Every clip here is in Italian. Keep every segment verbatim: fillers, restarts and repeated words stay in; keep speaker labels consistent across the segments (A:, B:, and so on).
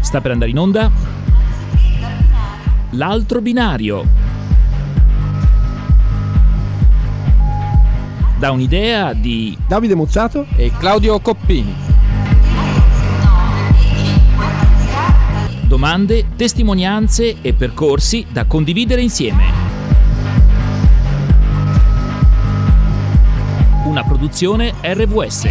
A: Sta per andare in onda L'altro binario. Da un'idea di
B: Davide Mozzato
C: e Claudio Coppini.
A: Domande, testimonianze e percorsi da condividere insieme. Una produzione R V S.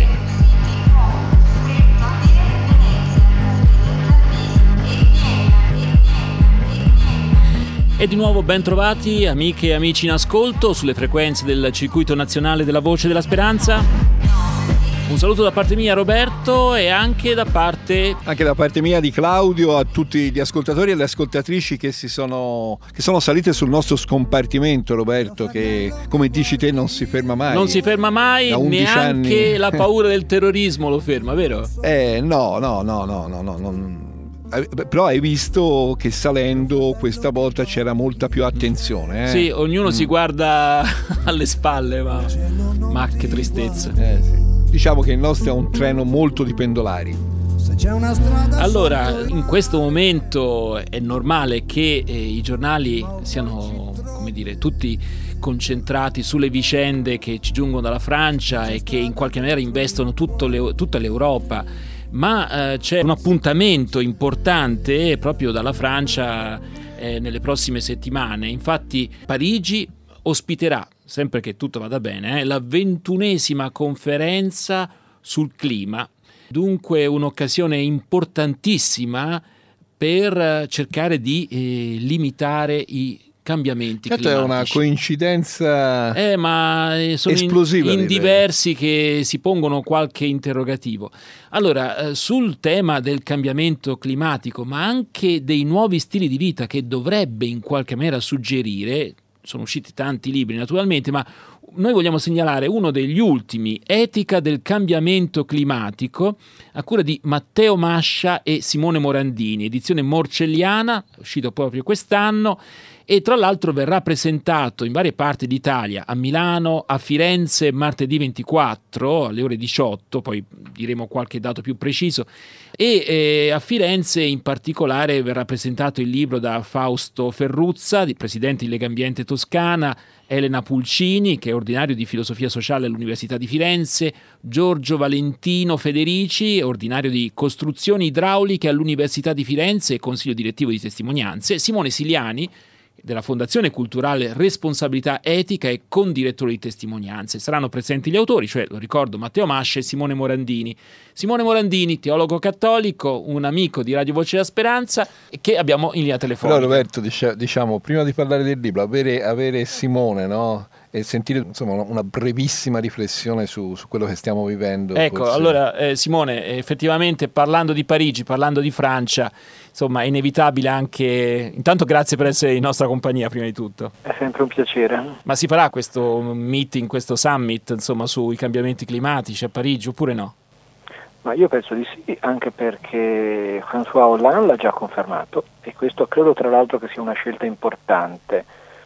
A: E di nuovo ben trovati amiche e amici in ascolto sulle frequenze del circuito nazionale della Voce della Speranza. Un saluto da parte mia Roberto e anche da parte
B: anche da parte mia di Claudio a tutti gli ascoltatori e le ascoltatrici che si sono che sono salite sul nostro scompartimento, Roberto, che come dici te non si ferma mai.
A: Non si ferma mai, neanche anni. La paura del terrorismo lo ferma, vero?
B: Eh no, no, no, no, no, no, no. Però hai visto che salendo questa volta c'era molta più attenzione, eh?
A: Sì, ognuno mm. si guarda alle spalle, ma, ma che tristezza.
B: Eh, sì. Diciamo che il nostro è un treno molto di pendolari.
A: Allora, in questo momento è normale che eh, i giornali siano, come dire, tutti concentrati sulle vicende che ci giungono dalla Francia e che in qualche maniera investono tutto le, tutta l'Europa. Ma eh, c'è un appuntamento importante proprio dalla Francia eh, nelle prossime settimane. Infatti Parigi ospiterà, sempre che tutto vada bene, eh, la ventunesima conferenza sul clima. Dunque un'occasione importantissima per cercare di eh, limitare i cambiamenti
B: certo,
A: climatici.
B: È una coincidenza
A: eh, ma sono
B: esplosiva,
A: in, in diversi che si pongono qualche interrogativo. Allora, eh, sul tema del cambiamento climatico, ma anche dei nuovi stili di vita che dovrebbe in qualche maniera suggerire, sono usciti tanti libri naturalmente, ma noi vogliamo segnalare uno degli ultimi, Etica del cambiamento climatico, a cura di Matteo Mascia e Simone Morandini, edizione morcelliana, uscito proprio quest'anno, e tra l'altro verrà presentato in varie parti d'Italia, a Milano, a Firenze martedì ventiquattro alle ore diciotto, poi diremo qualche dato più preciso, e eh, a Firenze in particolare verrà presentato il libro da Fausto Ferruzza, di presidente di Legambiente Toscana, Elena Pulcini, che è ordinario di filosofia sociale all'Università di Firenze, Giorgio Valentino Federici, ordinario di costruzioni idrauliche all'Università di Firenze e consiglio direttivo di testimonianze, Simone Siliani, della Fondazione Culturale Responsabilità Etica e condirettore di testimonianze. Saranno presenti gli autori, cioè, lo ricordo, Matteo Mascia e Simone Morandini. Simone Morandini, teologo cattolico, un amico di Radio Voce della Speranza, che abbiamo in linea telefonica.
B: Però Roberto, diciamo, prima di parlare del libro, avere, avere Simone, no? E sentire insomma una brevissima riflessione su, su quello che stiamo vivendo.
A: Ecco, forse. Allora eh, Simone, effettivamente parlando di Parigi, parlando di Francia, insomma è inevitabile anche, intanto grazie per essere in nostra compagnia prima di tutto.
D: È sempre un piacere.
A: Ma si farà questo meeting, questo summit insomma sui cambiamenti climatici a Parigi oppure no?
D: Ma io penso di sì, anche perché François Hollande l'ha già confermato e questo credo tra l'altro che sia una scelta importante.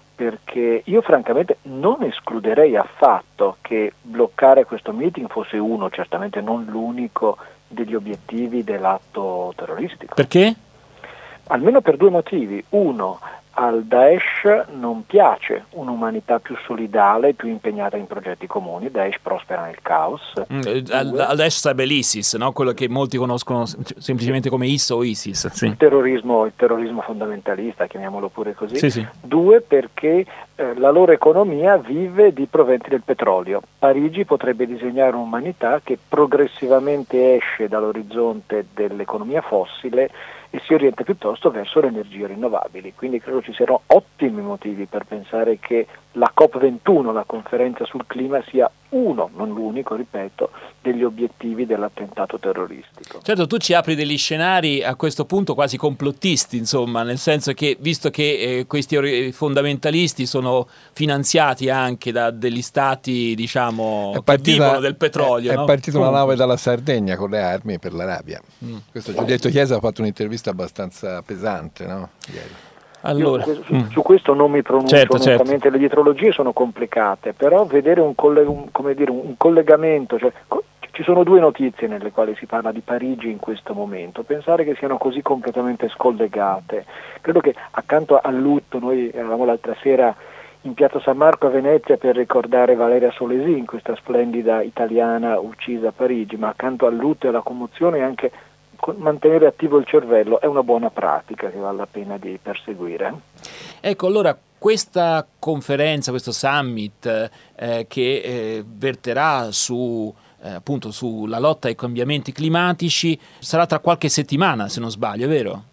D: Perché io francamente non escluderei affatto che bloccare questo meeting fosse uno, certamente non l'unico, degli obiettivi dell'atto terroristico.
A: Perché?
D: Almeno per due motivi. Uno, al Daesh non piace un'umanità più solidale, più impegnata in progetti comuni. Daesh prospera nel caos.
A: Mm, al, al Daesh sarebbe l'ISIS, no? Quello che molti conoscono semplicemente come I S o ISIS. Sì.
D: Il terrorismo, il terrorismo fondamentalista, chiamiamolo pure così.
A: Sì, sì.
D: Due, perché eh, la loro economia vive di proventi del petrolio. Parigi potrebbe disegnare un'umanità che progressivamente esce dall'orizzonte dell'economia fossile e si orienta piuttosto verso le energie rinnovabili. Quindi credo ci siano ottimi motivi per pensare che la COP ventuno, la conferenza sul clima, sia uno, non l'unico, ripeto, degli obiettivi dell'attentato terroristico.
A: Certo, tu ci apri degli scenari a questo punto quasi complottisti, insomma, nel senso che, visto che eh, questi fondamentalisti sono finanziati anche da degli stati, diciamo, è partita, che vivono del petrolio.
B: È,
A: no?
B: è partita una nave dalla Sardegna con le armi per l'Arabia. Mm. Questo Giulietto Chiesa ha fatto un'intervista abbastanza pesante, no? Ieri.
A: Allora,
D: Io, su, su questo non mi pronuncio,
A: certo,
D: onestamente, certo. Le dietrologie sono complicate, però vedere un, coll- un, come dire, un collegamento, cioè, co- Ci sono due notizie nelle quali si parla di Parigi in questo momento. Pensare che siano così completamente scollegate. Credo che accanto al lutto, noi eravamo l'altra sera in Piazza San Marco a Venezia per ricordare Valeria Solesin, questa splendida italiana uccisa a Parigi, ma accanto al lutto e alla commozione anche mantenere attivo il cervello è una buona pratica che vale la pena di perseguire.
A: Ecco, allora questa conferenza, questo summit eh, che eh, verterà su eh, appunto sulla lotta ai cambiamenti climatici sarà tra qualche settimana, se non sbaglio, è vero?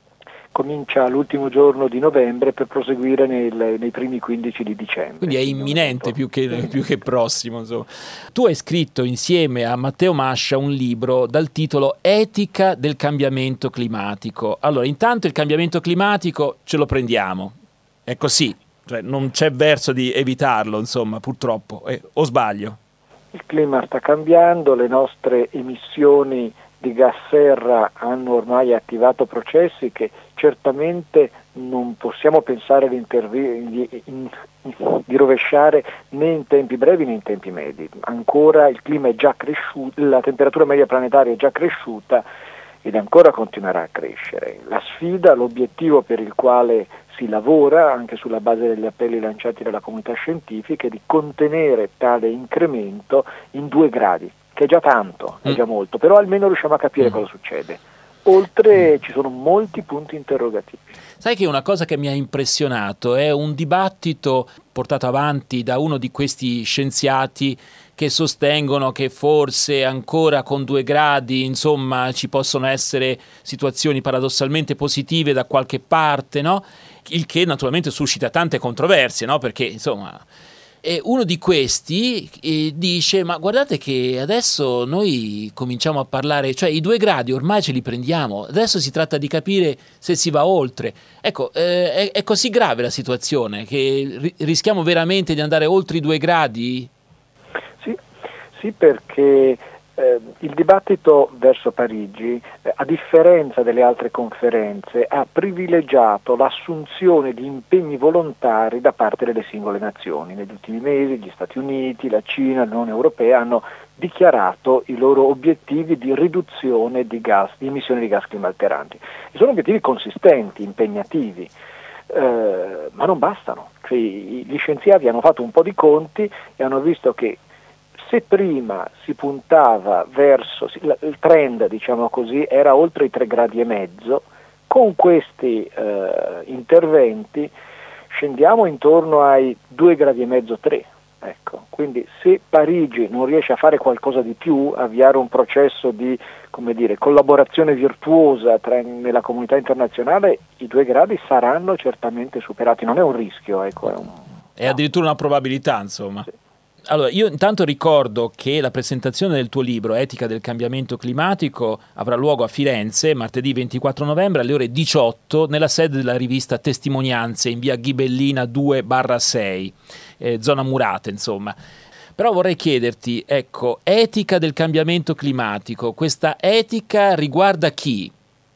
D: Comincia l'ultimo giorno di novembre per proseguire nel, nei primi quindici di dicembre.
A: Quindi è imminente più che, più che prossimo. Insomma. Tu hai scritto insieme a Matteo Mascia un libro dal titolo Etica del cambiamento climatico. Allora, intanto il cambiamento climatico ce lo prendiamo, è così, cioè non c'è verso di evitarlo, insomma, purtroppo, eh, o sbaglio?
D: Il clima sta cambiando, le nostre emissioni di gas serra hanno ormai attivato processi che certamente non possiamo pensare di, intervi- di, in, di rovesciare né in tempi brevi né in tempi medi. Ancora il clima è già cresciuto, la temperatura media planetaria è già cresciuta ed ancora continuerà a crescere. La sfida, l'obiettivo per il quale si lavora, anche sulla base degli appelli lanciati dalla comunità scientifica, è di contenere tale incremento in due gradi, che è già tanto, è già molto, però almeno riusciamo a capire mm. cosa succede. Oltre ci sono molti punti interrogativi.
A: Sai che una cosa che mi ha impressionato è un dibattito portato avanti da uno di questi scienziati che sostengono che forse ancora con due gradi, insomma, ci possono essere situazioni paradossalmente positive da qualche parte, no? Il che naturalmente suscita tante controversie, no? Perché, insomma... E uno di questi eh, dice, ma guardate che adesso noi cominciamo a parlare, cioè i due gradi ormai ce li prendiamo, adesso si tratta di capire se si va oltre. Ecco, eh, è, è così grave la situazione che ri- rischiamo veramente di andare oltre i due gradi?
D: Sì, sì perché eh, il dibattito verso Parigi, eh, a differenza delle altre conferenze, ha privilegiato l'assunzione di impegni volontari da parte delle singole nazioni. Negli ultimi mesi gli Stati Uniti, la Cina, l'Unione Europea hanno dichiarato i loro obiettivi di riduzione di gas, di emissioni di gas climalteranti. E sono obiettivi consistenti, impegnativi, eh, ma non bastano. Cioè, gli scienziati hanno fatto un po' di conti e hanno visto che se prima si puntava verso, il trend diciamo così era oltre i tre gradi e mezzo, con questi eh, interventi scendiamo intorno ai due gradi e mezzo, tre. Ecco, quindi se Parigi non riesce a fare qualcosa di più, avviare un processo di, come dire, collaborazione virtuosa tra, nella comunità internazionale, i due gradi saranno certamente superati. Non è un rischio, ecco, è, un...
A: è addirittura una probabilità, insomma.
D: Sì.
A: Allora, io intanto ricordo che la presentazione del tuo libro Etica del cambiamento climatico avrà luogo a Firenze martedì ventiquattro novembre alle ore diciotto nella sede della rivista Testimonianze in via Ghibellina due barra sei, eh, zona Murate, insomma. Però vorrei chiederti, ecco, etica del cambiamento climatico, questa etica riguarda chi?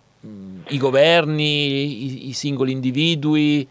A: I governi, i, i singoli individui?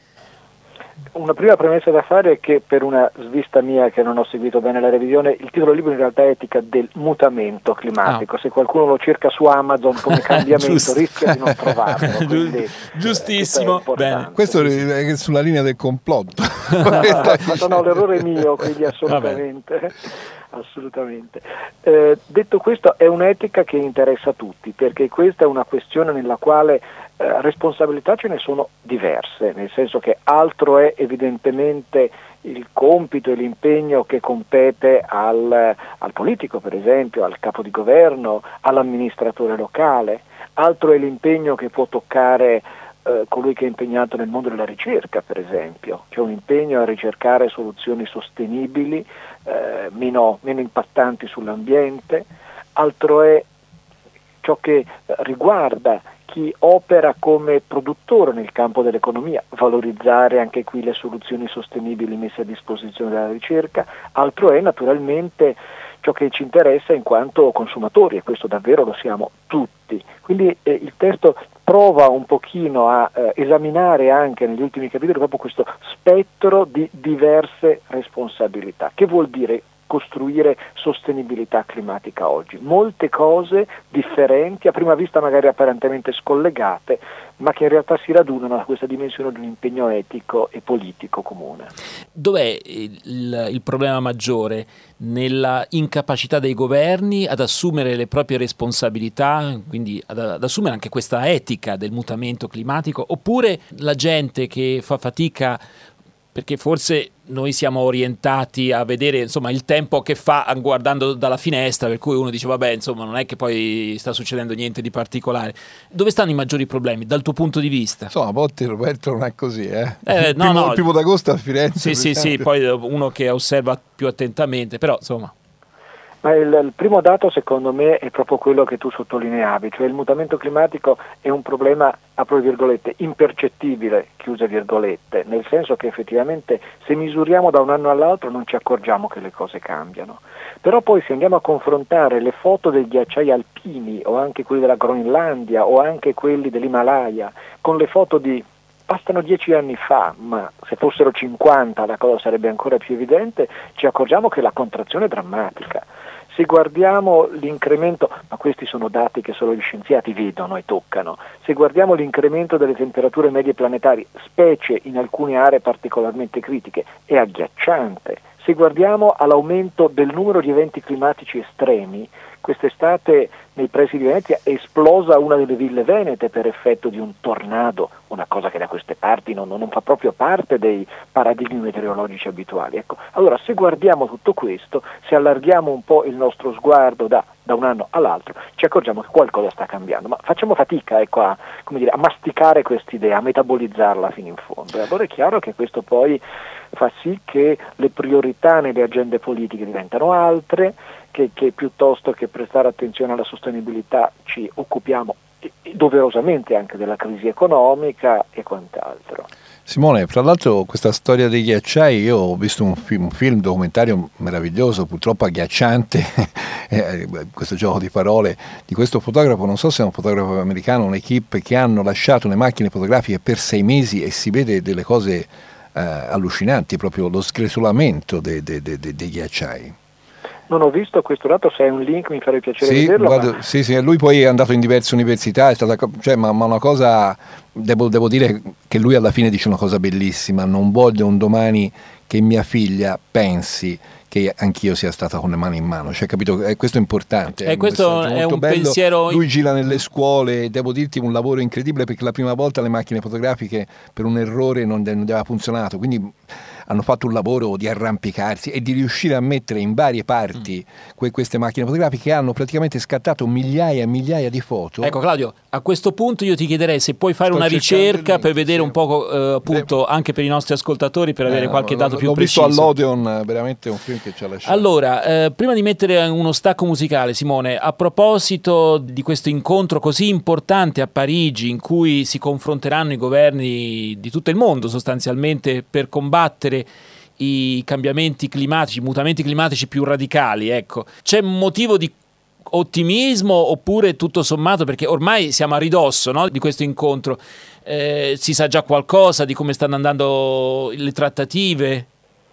D: Una prima premessa da fare è che per una svista mia che non ho seguito bene la revisione, il titolo del libro in realtà è Etica del mutamento climatico. Ah. Se qualcuno lo cerca su Amazon come cambiamento rischia di non trovarlo. Quindi,
A: giustissimo.
D: Eh,
A: Bene.
B: Questo è sulla linea del complotto.
D: no, no, l'errore è mio, quindi assolutamente. Assolutamente. Eh, detto questo, è un'etica che interessa tutti, perché questa è una questione nella quale eh, responsabilità ce ne sono diverse, nel senso che altro è evidentemente il compito e l'impegno che compete al, al politico, per esempio, al capo di governo, all'amministratore locale, altro è l'impegno che può toccare eh, colui che è impegnato nel mondo della ricerca, per esempio, c'è un impegno a ricercare soluzioni sostenibili, eh, meno, meno impattanti sull'ambiente, altro è ciò che riguarda chi opera come produttore nel campo dell'economia, valorizzare anche qui le soluzioni sostenibili messe a disposizione della ricerca, altro è naturalmente ciò che ci interessa in quanto consumatori, e questo davvero lo siamo tutti. Quindi eh, il testo prova un pochino a eh, esaminare anche negli ultimi capitoli proprio questo spettro di diverse responsabilità. Che vuol dire costruire sostenibilità climatica oggi. Molte cose differenti, a prima vista magari apparentemente scollegate, ma che in realtà si radunano a questa dimensione di un impegno etico e politico comune.
A: Dov'è il, il problema maggiore? Nella incapacità dei governi ad assumere le proprie responsabilità, quindi ad, ad assumere anche questa etica del mutamento climatico, oppure la gente che fa fatica perché forse noi siamo orientati a vedere insomma il tempo che fa guardando dalla finestra, per cui uno dice vabbè insomma non è che poi sta succedendo niente di particolare. Dove stanno i maggiori problemi dal tuo punto di vista?
B: Insomma a volte Roberto non è così eh?
A: eh
B: il,
A: no,
B: primo,
A: no.
B: il primo d'agosto a Firenze
A: sì sì sì, poi uno che osserva più attentamente, però insomma.
D: Ma il, il primo dato secondo me è proprio quello che tu sottolineavi, cioè il mutamento climatico è un problema, apro virgolette, impercettibile, chiuse virgolette, nel senso che effettivamente se misuriamo da un anno all'altro non ci accorgiamo che le cose cambiano. Però poi se andiamo a confrontare le foto dei ghiacciai alpini o anche quelli della Groenlandia o anche quelli dell'Himalaya con le foto di bastano dieci anni fa, ma se fossero cinquanta la cosa sarebbe ancora più evidente, ci accorgiamo che la contrazione è drammatica. Se guardiamo l'incremento, ma questi sono dati che solo gli scienziati vedono e toccano, se guardiamo l'incremento delle temperature medie planetarie, specie in alcune aree particolarmente critiche, è agghiacciante. Se guardiamo all'aumento del numero di eventi climatici estremi, quest'estate nei pressi di Venezia è esplosa una delle ville venete per effetto di un tornado, una cosa che da queste parti non, non fa proprio parte dei paradigmi meteorologici abituali. Ecco, allora se guardiamo tutto questo, se allarghiamo un po' il nostro sguardo da, da un anno all'altro, ci accorgiamo che qualcosa sta cambiando, ma facciamo fatica ecco, a, come dire, a masticare quest'idea, a metabolizzarla fino in fondo. E allora è chiaro che questo poi fa sì che le priorità nelle agende politiche diventano altre, che, che piuttosto che prestare attenzione alla sostenibilità ci occupiamo doverosamente anche della crisi economica e quant'altro.
B: Simone, fra l'altro questa storia dei ghiacciai, io ho visto un film, un film documentario meraviglioso, purtroppo agghiacciante, questo gioco di parole di questo fotografo, non so se è un fotografo americano, un'equipe che hanno lasciato le macchine fotografiche per sei mesi e si vede delle cose eh, allucinanti, proprio lo sgretolamento dei, dei, dei, dei ghiacciai.
D: Non ho visto questo dato, se hai un link mi farei piacere
B: sì,
D: vederlo.
B: Guarda,
D: ma...
B: sì, sì, lui poi è andato in diverse università, è stata, cioè, ma, ma una cosa, devo, devo dire che lui alla fine dice una cosa bellissima: non voglio un domani che mia figlia pensi che anch'io sia stata con le mani in mano, cioè, capito? Eh, questo è importante.
A: E
B: è
A: questo
B: un
A: è un
B: bello.
A: pensiero.
B: Lui gira nelle scuole, devo dirti un lavoro incredibile, perché la prima volta le macchine fotografiche per un errore non, non aveva funzionato, quindi hanno fatto un lavoro di arrampicarsi e di riuscire a mettere in varie parti que- queste macchine fotografiche che hanno praticamente scattato migliaia e migliaia di foto.
A: Ecco Claudio, a questo punto io ti chiederei se puoi fare
B: Sto
A: una ricerca
B: link,
A: per vedere
B: sì.
A: un po' eh, appunto anche per i nostri ascoltatori, per avere
B: eh,
A: qualche dato
B: l'ho
A: più preciso.
B: L'ho visto all'Odeon, veramente un film che ci ha lasciato.
A: Allora, eh, prima di mettere uno stacco musicale, Simone, a proposito di questo incontro così importante a Parigi in cui si confronteranno i governi di tutto il mondo sostanzialmente per combattere i cambiamenti climatici, i mutamenti climatici più radicali, ecco, c'è motivo di ottimismo oppure tutto sommato, perché ormai siamo a ridosso, no, di questo incontro, eh, si sa già qualcosa di come stanno andando le trattative?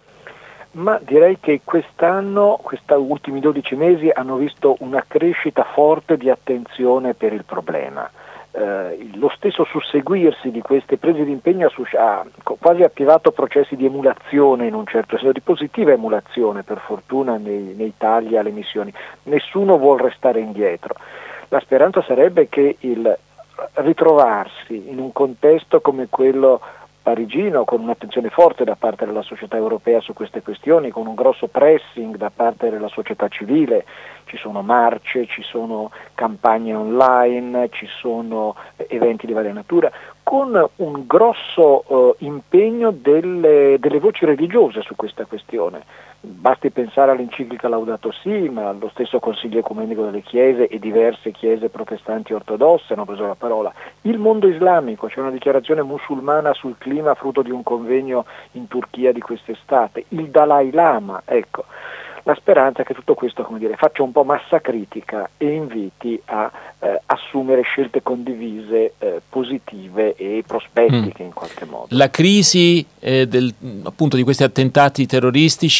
D: Ma direi che quest'anno, questi ultimi dodici mesi hanno visto una crescita forte di attenzione per il problema. Eh, lo stesso susseguirsi di queste prese di impegno ha quasi attivato processi di emulazione, in un certo senso, di positiva emulazione per fortuna nei, nei tagli alle emissioni. Nessuno vuol restare indietro. La speranza sarebbe che il ritrovarsi in un contesto come quello parigino, con un'attenzione forte da parte della società europea su queste questioni, con un grosso pressing da parte della società civile, ci sono marce, ci sono campagne online, ci sono eventi di varia natura, con un grosso eh, impegno delle, delle voci religiose su questa questione. Basti pensare all'enciclica Laudato Si, ma lo stesso Consiglio Ecumenico delle Chiese e diverse chiese protestanti ortodosse hanno preso la parola. Il mondo islamico, c'è una dichiarazione musulmana sul clima frutto di un convegno in Turchia di quest'estate. Il Dalai Lama, ecco. La speranza è che tutto questo, come dire, faccia un po' massa critica e inviti a eh, assumere scelte condivise, eh, positive e prospettiche mm. in qualche modo.
A: La crisi eh, del, appunto di questi attentati terroristici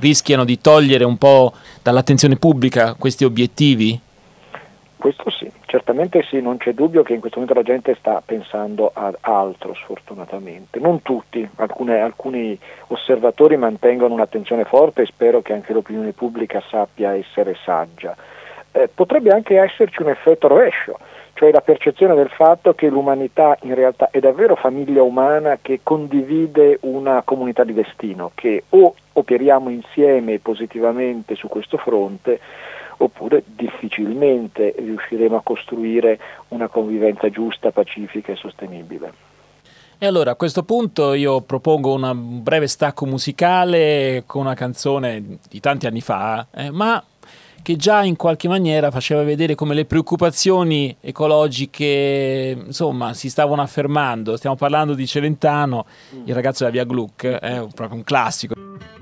A: rischiano di togliere un po' dall'attenzione pubblica questi obiettivi?
D: Questo sì, certamente sì, non c'è dubbio che in questo momento la gente sta pensando ad altro, sfortunatamente. Non tutti, alcune, alcuni osservatori mantengono un'attenzione forte e spero che anche l'opinione pubblica sappia essere saggia. Eh, potrebbe anche esserci un effetto rovescio, cioè la percezione del fatto che l'umanità in realtà è davvero famiglia umana che condivide una comunità di destino, che o operiamo insieme positivamente su questo fronte, oppure difficilmente riusciremo a costruire una convivenza giusta, pacifica e sostenibile.
A: E allora a questo punto io propongo una- un breve stacco musicale con una canzone di tanti anni fa, eh, ma che già in qualche maniera faceva vedere come le preoccupazioni ecologiche, insomma, si stavano affermando. Stiamo parlando di Celentano, il ragazzo della via Gluck, è proprio un classico.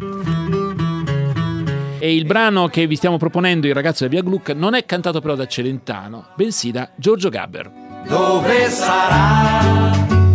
A: E il brano che vi stiamo proponendo, il ragazzo della via Gluck, non è cantato però da Celentano, bensì da Giorgio Gaber.
C: Dove sarà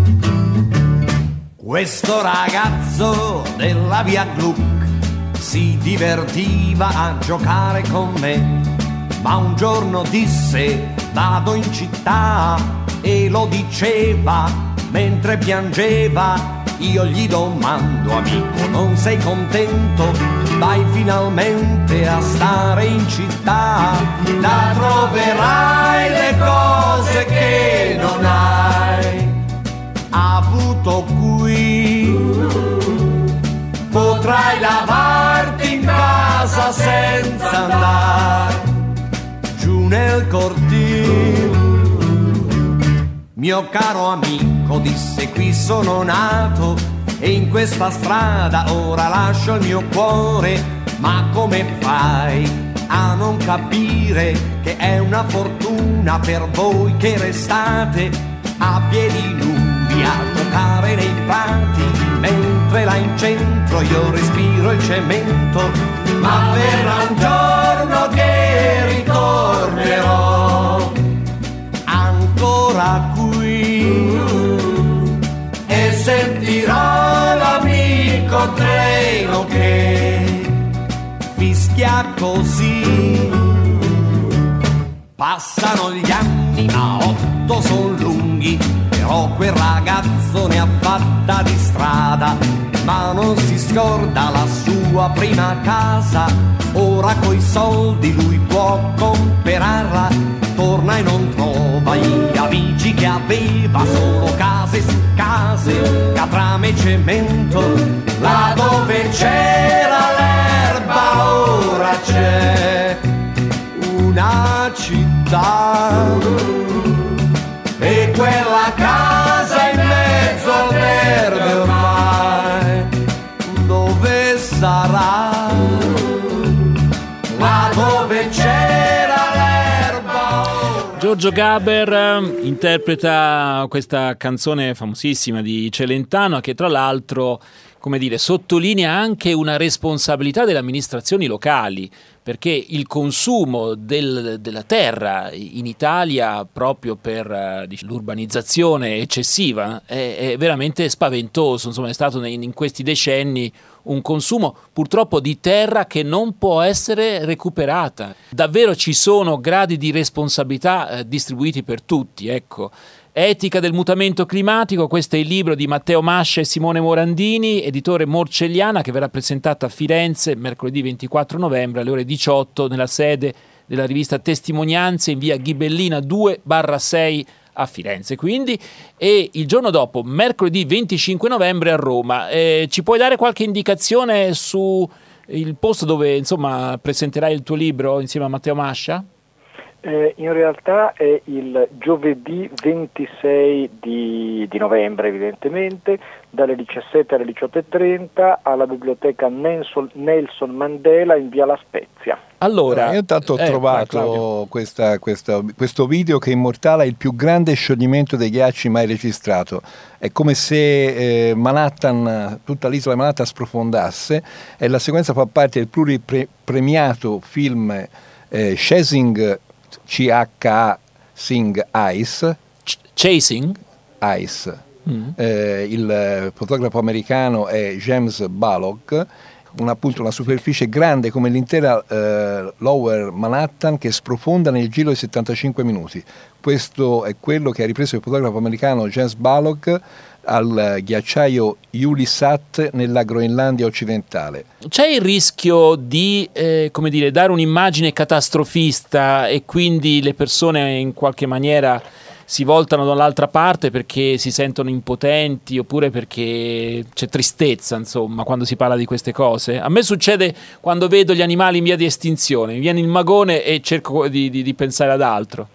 C: questo ragazzo della via Gluck? Si divertiva a giocare con me, ma un giorno disse vado in città, e lo diceva mentre piangeva. Io gli domando, amico, non sei contento? Vai finalmente a stare in città, là troverai le cose che non hai avuto qui. Potrai lavarti in casa senza andare giù nel cortile. Mio caro amico, disse, qui sono nato e in questa strada ora lascio il mio cuore. Ma come fai a non capire che è una fortuna per voi che restate a piedi nudi a giocare nei prati, mentre là in centro io respiro il cemento? Ma verrà un giorno che ritornerò ancora qui e sentirò l'amico treno che fischia così. Passano gli anni, ma otto son lunghi, però quel ragazzo ne ha fatta di strada, ma non si scorda la sua prima casa. Ora coi soldi lui può comperarla, torna e non trova gli amici che aveva, solo case su case, catrame e cemento. Là dove c'era l'erba ora c'è una città, e quella casa in mezzo al verde ormai dove sarà? Là dove c'era l'erba.
A: Giorgio Gaber interpreta questa canzone famosissima di Celentano, che tra l'altro, come dire, sottolinea anche una responsabilità delle amministrazioni locali, perché il consumo del, della terra in Italia, proprio per uh, l'urbanizzazione eccessiva, è, è veramente spaventoso. Insomma, è stato in, in questi decenni un consumo purtroppo di terra che non può essere recuperata. Davvero ci sono gradi di responsabilità eh, distribuiti per tutti, ecco. Etica del mutamento climatico, questo è il libro di Matteo Mascia e Simone Morandini, editore Morcelliana, che verrà presentato a Firenze mercoledì ventiquattro novembre alle ore diciotto nella sede della rivista Testimonianze in via Ghibellina due barra sei a Firenze, quindi, e il giorno dopo, mercoledì venticinque novembre a Roma. Eh, ci puoi dare qualche indicazione su il posto dove, insomma, presenterai il tuo libro insieme a Matteo Mascia?
D: Eh, in realtà è il giovedì ventisei di, di novembre, evidentemente, dalle diciassette alle diciotto e trenta alla biblioteca Nelson, Nelson Mandela in via La Spezia.
A: Allora,
B: io intanto ho
A: eh,
B: trovato questa, questa, questo video che immortala il più grande scioglimento dei ghiacci mai registrato. È come se eh, Manhattan, tutta l'isola di Manhattan sprofondasse, e la sequenza fa parte del pluripremiato film eh, Chasing C H A Sing Ice
A: Ch- Chasing
B: Ice.
A: Mm.
B: Eh, il fotografo americano è James Bullock. una, appunto, una superficie grande come l'intera eh, Lower Manhattan che sprofonda nel giro di settantacinque minuti. Questo è quello che ha ripreso il fotografo americano James Balog al ghiacciaio Ulisat nella Groenlandia occidentale.
A: C'è il rischio di eh, come dire, dare un'immagine catastrofista e quindi le persone in qualche maniera si voltano dall'altra parte perché si sentono impotenti oppure perché c'è tristezza, insomma, quando si parla di queste cose? A me succede quando vedo gli animali in via di estinzione, mi viene il magone e cerco di, di, di pensare ad altro.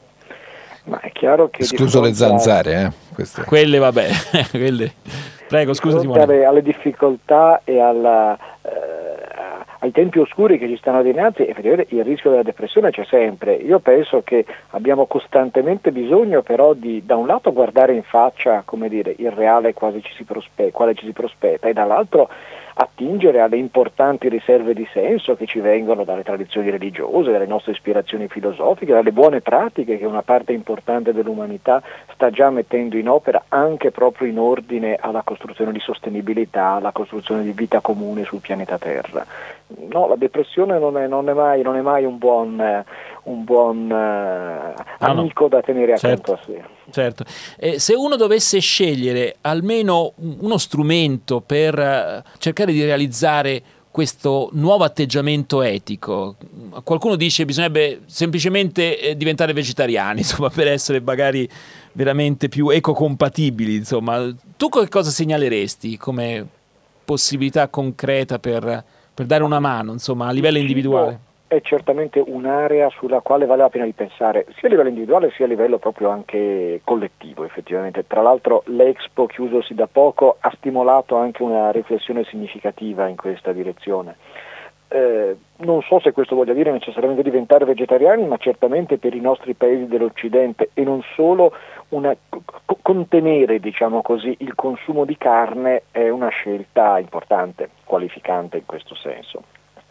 D: Ma è chiaro che
B: escluso le zanzare, eh? Queste.
A: Quelle vabbè, quelle. Prego, scusa Simone.
D: Alle, alle difficoltà e alla, eh, ai tempi oscuri che ci stanno dinanzi, effettivamente il rischio della depressione c'è sempre. Io penso che abbiamo costantemente bisogno però di, da un lato, guardare in faccia, come dire, il reale quasi ci si prospe- quale ci si prospetta, e dall'altro attingere alle importanti riserve di senso che ci vengono dalle tradizioni religiose, dalle nostre ispirazioni filosofiche, dalle buone pratiche che una parte importante dell'umanità sta già mettendo in opera anche proprio in ordine alla costruzione di sostenibilità, alla costruzione di vita comune sul pianeta Terra. No, la depressione non è, non è mai, non è mai un buon, un buon uh, amico no, no. da tenere accanto certo. a sé.
A: Certo. Eh, se uno dovesse scegliere almeno uno strumento per uh, cercare di realizzare questo nuovo atteggiamento etico, qualcuno dice bisognerebbe semplicemente eh, diventare vegetariani, insomma, per essere magari veramente più ecocompatibili, insomma. Tu che cosa segnaleresti come possibilità concreta per, per dare una mano, insomma, a livello individuale?
D: È certamente un'area sulla quale vale la pena di pensare, sia a livello individuale sia a livello proprio anche collettivo, effettivamente. Tra l'altro l'Expo, chiusosi da poco, ha stimolato anche una riflessione significativa in questa direzione. Eh, non so se questo voglia dire necessariamente diventare vegetariani, ma certamente per i nostri paesi dell'Occidente e non solo, una, co- contenere, diciamo così, il consumo di carne è una scelta importante, qualificante in questo senso.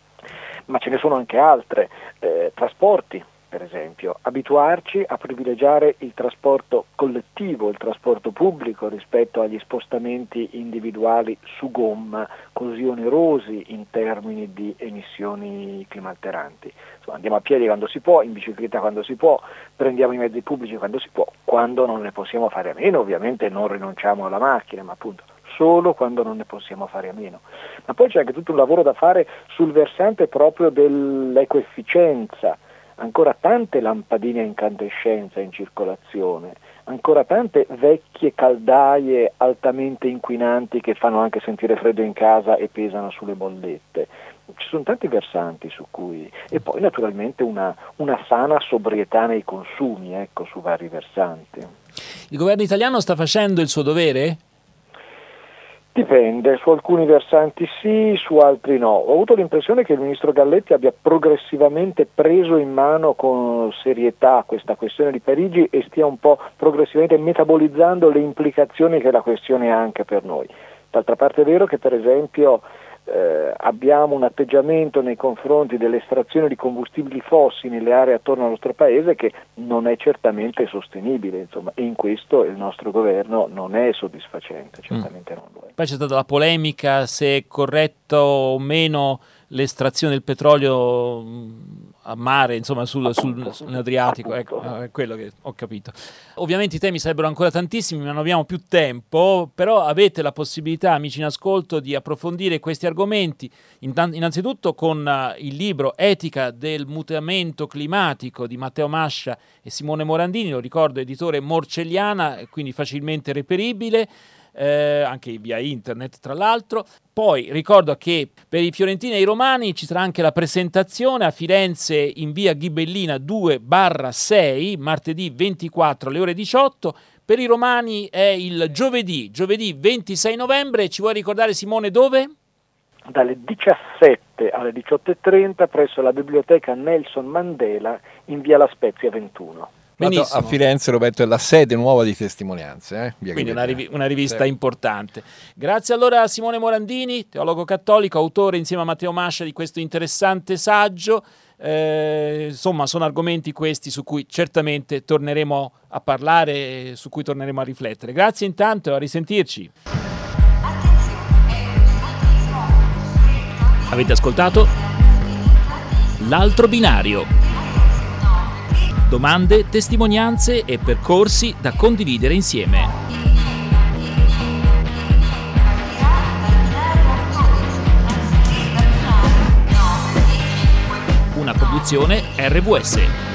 D: Ma ce ne sono anche altre, eh, trasporti per esempio, abituarci a privilegiare il trasporto collettivo, il trasporto pubblico rispetto agli spostamenti individuali su gomma così onerosi in termini di emissioni climalteranti. Insomma, andiamo a piedi quando si può, in bicicletta quando si può, prendiamo i mezzi pubblici quando si può, quando non ne possiamo fare a meno ovviamente non rinunciamo alla macchina, ma appunto solo quando non ne possiamo fare a meno. Ma poi c'è anche tutto un lavoro da fare sul versante proprio dell'ecoefficienza, ancora tante lampadine a incandescenza in circolazione, ancora tante vecchie caldaie altamente inquinanti che fanno anche sentire freddo in casa e pesano sulle bollette. Ci sono tanti versanti su cui, e poi naturalmente una, una sana sobrietà nei consumi, ecco, su vari versanti.
A: Il governo italiano sta facendo il suo dovere?
D: Dipende, su alcuni versanti sì, su altri no. Ho avuto l'impressione che il ministro Galletti abbia progressivamente preso in mano con serietà questa questione di Parigi e stia un po' progressivamente metabolizzando le implicazioni che la questione ha anche per noi. D'altra parte è vero che per esempio eh, abbiamo un atteggiamento nei confronti dell'estrazione di combustibili fossili nelle aree attorno al nostro paese che non è certamente sostenibile, insomma, e in questo il nostro governo non è soddisfacente, certamente mm. non lo è.
A: Poi c'è stata la polemica se è corretto o meno l'estrazione del petrolio a mare, insomma sul, sul, sull'Adriatico, ecco, è quello che ho capito. Ovviamente i temi sarebbero ancora tantissimi, ma non abbiamo più tempo, però avete la possibilità, amici in ascolto, di approfondire questi argomenti, innanzitutto con il libro Etica del mutamento climatico di Matteo Mascia e Simone Morandini, lo ricordo, editore Morcelliana, quindi facilmente reperibile, Eh, anche via internet tra l'altro. Poi ricordo che per i fiorentini e i romani ci sarà anche la presentazione a Firenze in via Ghibellina due barra sei martedì ventiquattro alle ore diciotto. Per i romani è il giovedì giovedì ventisei novembre. Ci vuoi ricordare, Simone, dove?
D: Dalle diciassette alle diciotto e trenta presso la biblioteca Nelson Mandela in via La Spezia ventuno.
B: A Firenze, Roberto, è la sede nuova di Testimonianze. Eh?
A: Quindi una, riv- una rivista sì. importante. Grazie allora a Simone Morandini, teologo cattolico, autore insieme a Matteo Mascia di questo interessante saggio. Eh, insomma, sono argomenti questi su cui certamente torneremo a parlare, su cui torneremo a riflettere. Grazie intanto e a risentirci. Avete ascoltato L'altro binario. Domande, testimonianze e percorsi da condividere insieme. Una produzione R V S.